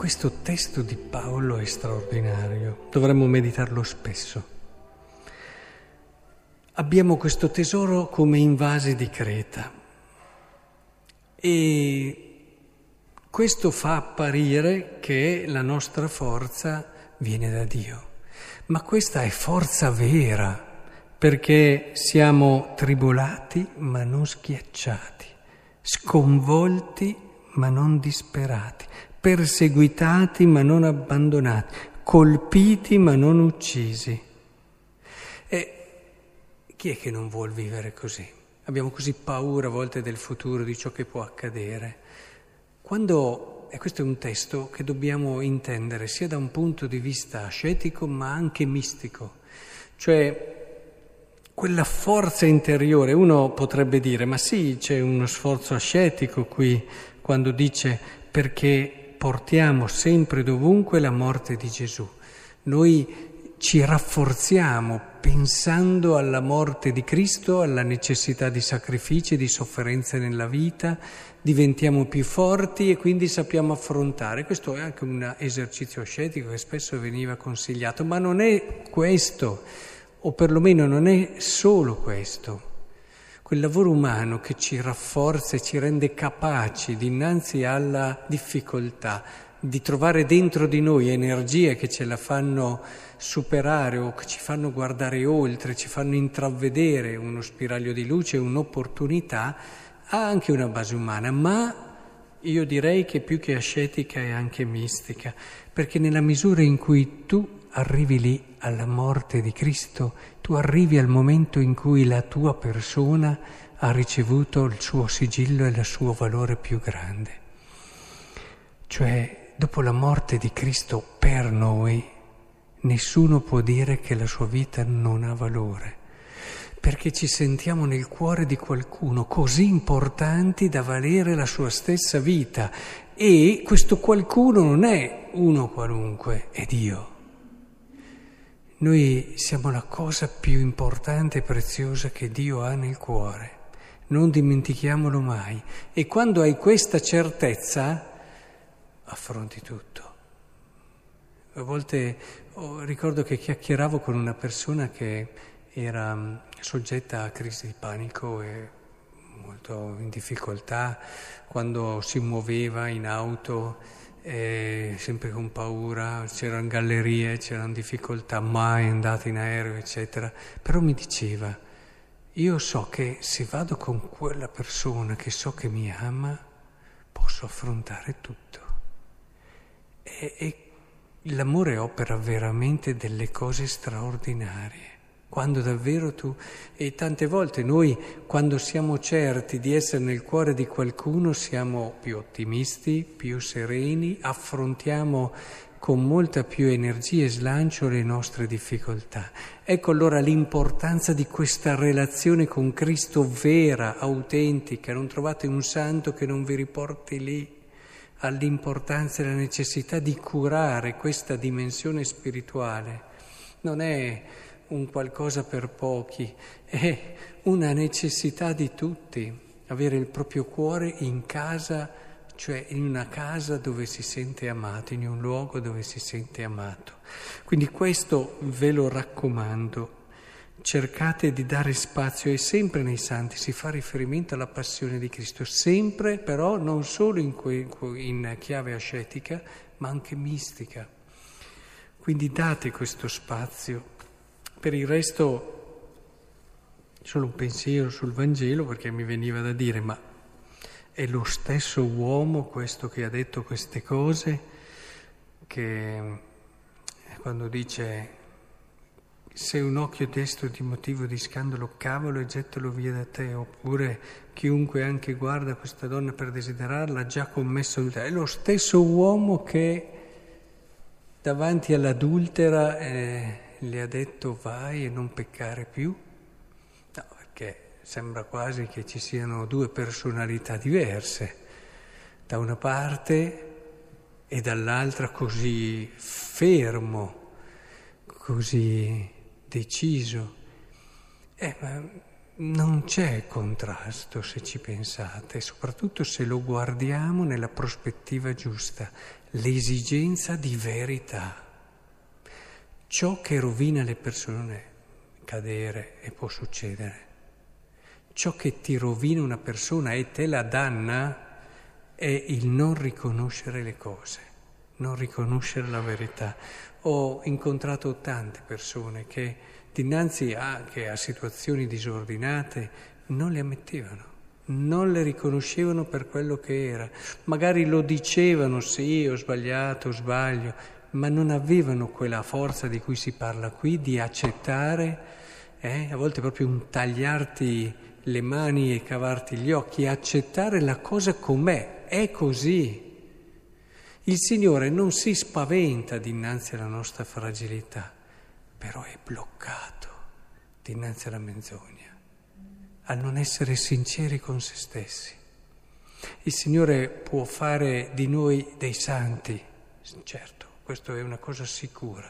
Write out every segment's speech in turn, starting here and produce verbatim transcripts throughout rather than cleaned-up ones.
questo testo di Paolo è straordinario, dovremmo meditarlo spesso. Abbiamo questo tesoro come in vasi di Creta e questo fa apparire che la nostra forza viene da Dio, ma questa è forza vera, perché siamo tribolati ma non schiacciati, sconvolti ma non disperati, perseguitati ma non abbandonati, colpiti ma non uccisi. E chi è che non vuol vivere così? Abbiamo così paura a volte del futuro, di ciò che può accadere. Quando, e questo è un testo che dobbiamo intendere sia da un punto di vista ascetico ma anche mistico, cioè quella forza interiore. Uno potrebbe dire, ma sì, c'è uno sforzo ascetico qui, quando dice perché portiamo sempre e dovunque la morte di Gesù. Noi ci rafforziamo pensando alla morte di Cristo, alla necessità di sacrifici, di sofferenze nella vita, diventiamo più forti e quindi sappiamo affrontare. Questo è anche un esercizio ascetico che spesso veniva consigliato, ma non è questo, o perlomeno non è solo questo. Quel lavoro umano che ci rafforza e ci rende capaci dinanzi alla difficoltà di trovare dentro di noi energie che ce la fanno superare o che ci fanno guardare oltre, ci fanno intravedere uno spiraglio di luce, un'opportunità, ha anche una base umana, ma io direi che più che ascetica è anche mistica, perché nella misura in cui tu arrivi lì alla morte di Cristo, tu arrivi al momento in cui la tua persona ha ricevuto il suo sigillo e il suo valore più grande. Cioè, dopo la morte di Cristo per noi, nessuno può dire che la sua vita non ha valore, perché ci sentiamo nel cuore di qualcuno così importanti da valere la sua stessa vita, e questo qualcuno non è uno qualunque, è Dio. Noi siamo la cosa più importante e preziosa che Dio ha nel cuore, non dimentichiamolo mai, e quando hai questa certezza affronti tutto. A volte oh, ricordo che chiacchieravo con una persona che era soggetta a crisi di panico e molto in difficoltà quando si muoveva in auto, eh, sempre con paura, c'erano gallerie, c'erano difficoltà, mai andate in aereo, eccetera. Però mi diceva, io so che se vado con quella persona che so che mi ama, posso affrontare tutto. E, e l'amore opera veramente delle cose straordinarie, quando davvero tu, e tante volte noi quando siamo certi di essere nel cuore di qualcuno siamo più ottimisti, più sereni, affrontiamo con molta più energia e slancio le nostre difficoltà. Ecco allora l'importanza di questa relazione con Cristo vera, autentica. Non trovate un santo che non vi riporti lì all'importanza e alla necessità di curare questa dimensione spirituale. Non è un qualcosa per pochi, è una necessità di tutti, avere il proprio cuore in casa, cioè in una casa dove si sente amato, in un luogo dove si sente amato. Quindi questo ve lo raccomando. Cercate di dare spazio, e sempre nei santi si fa riferimento alla passione di Cristo, sempre però non solo in, que, in chiave ascetica, ma anche mistica. Quindi date questo spazio. Per il resto, solo un pensiero sul Vangelo, perché mi veniva da dire, ma è lo stesso uomo questo che ha detto queste cose, che quando dice se un occhio destro di motivo di scandalo, cavalo e gettalo via da te, oppure chiunque anche guarda questa donna per desiderarla ha già commesso adulterio. È lo stesso uomo che davanti all'adultera eh, le ha detto vai e non peccare più. No, perché sembra quasi che ci siano due personalità diverse, da una parte e dall'altra così fermo, così deciso. Eh, ma non c'è contrasto se ci pensate, soprattutto se lo guardiamo nella prospettiva giusta, l'esigenza di verità. Ciò che rovina le persone, cadere e può succedere, ciò che ti rovina una persona e te la danna è il non riconoscere le cose, non riconoscere la verità. Ho incontrato tante persone che dinanzi anche a situazioni disordinate non le ammettevano, non le riconoscevano per quello che era. Magari lo dicevano, sì, ho sbagliato, sbaglio, ma non avevano quella forza di cui si parla qui, di accettare, eh, a volte proprio un tagliarti le mani e cavarti gli occhi, accettare la cosa com'è, è così. Il Signore non si spaventa dinanzi alla nostra fragilità, però è bloccato dinanzi alla menzogna, al non essere sinceri con se stessi. Il Signore può fare di noi dei santi, certo, questo è una cosa sicura,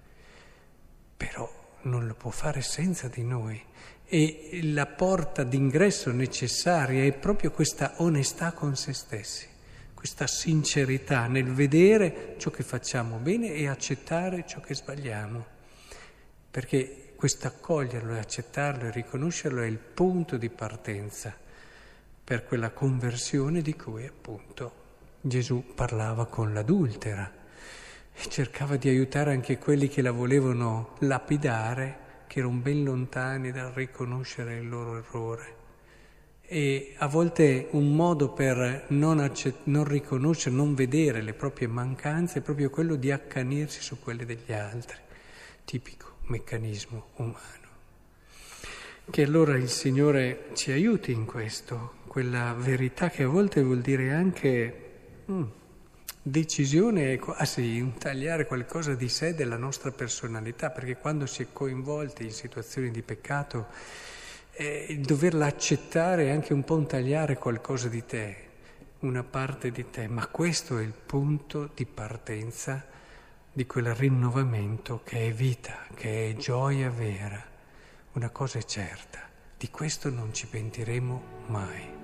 però non lo può fare senza di noi. E la porta d'ingresso necessaria è proprio questa onestà con se stessi, questa sincerità nel vedere ciò che facciamo bene e accettare ciò che sbagliamo, perché questo accoglierlo e accettarlo e riconoscerlo è il punto di partenza per quella conversione di cui appunto Gesù parlava con l'adultera e cercava di aiutare anche quelli che la volevano lapidare, che erano ben lontani dal riconoscere il loro errore. E a volte un modo per non, accett- non riconoscere, non vedere le proprie mancanze è proprio quello di accanirsi su quelle degli altri, tipico meccanismo umano. Che allora il Signore ci aiuti in questo, quella verità che a volte vuol dire anche mm, decisione e quasi un tagliare qualcosa di sé, della nostra personalità, perché quando si è coinvolti in situazioni di peccato, eh, il doverla accettare è anche un po' un tagliare qualcosa di te, una parte di te, ma questo è il punto di partenza di quel rinnovamento che è vita, che è gioia vera. Una cosa è certa, di questo non ci pentiremo mai.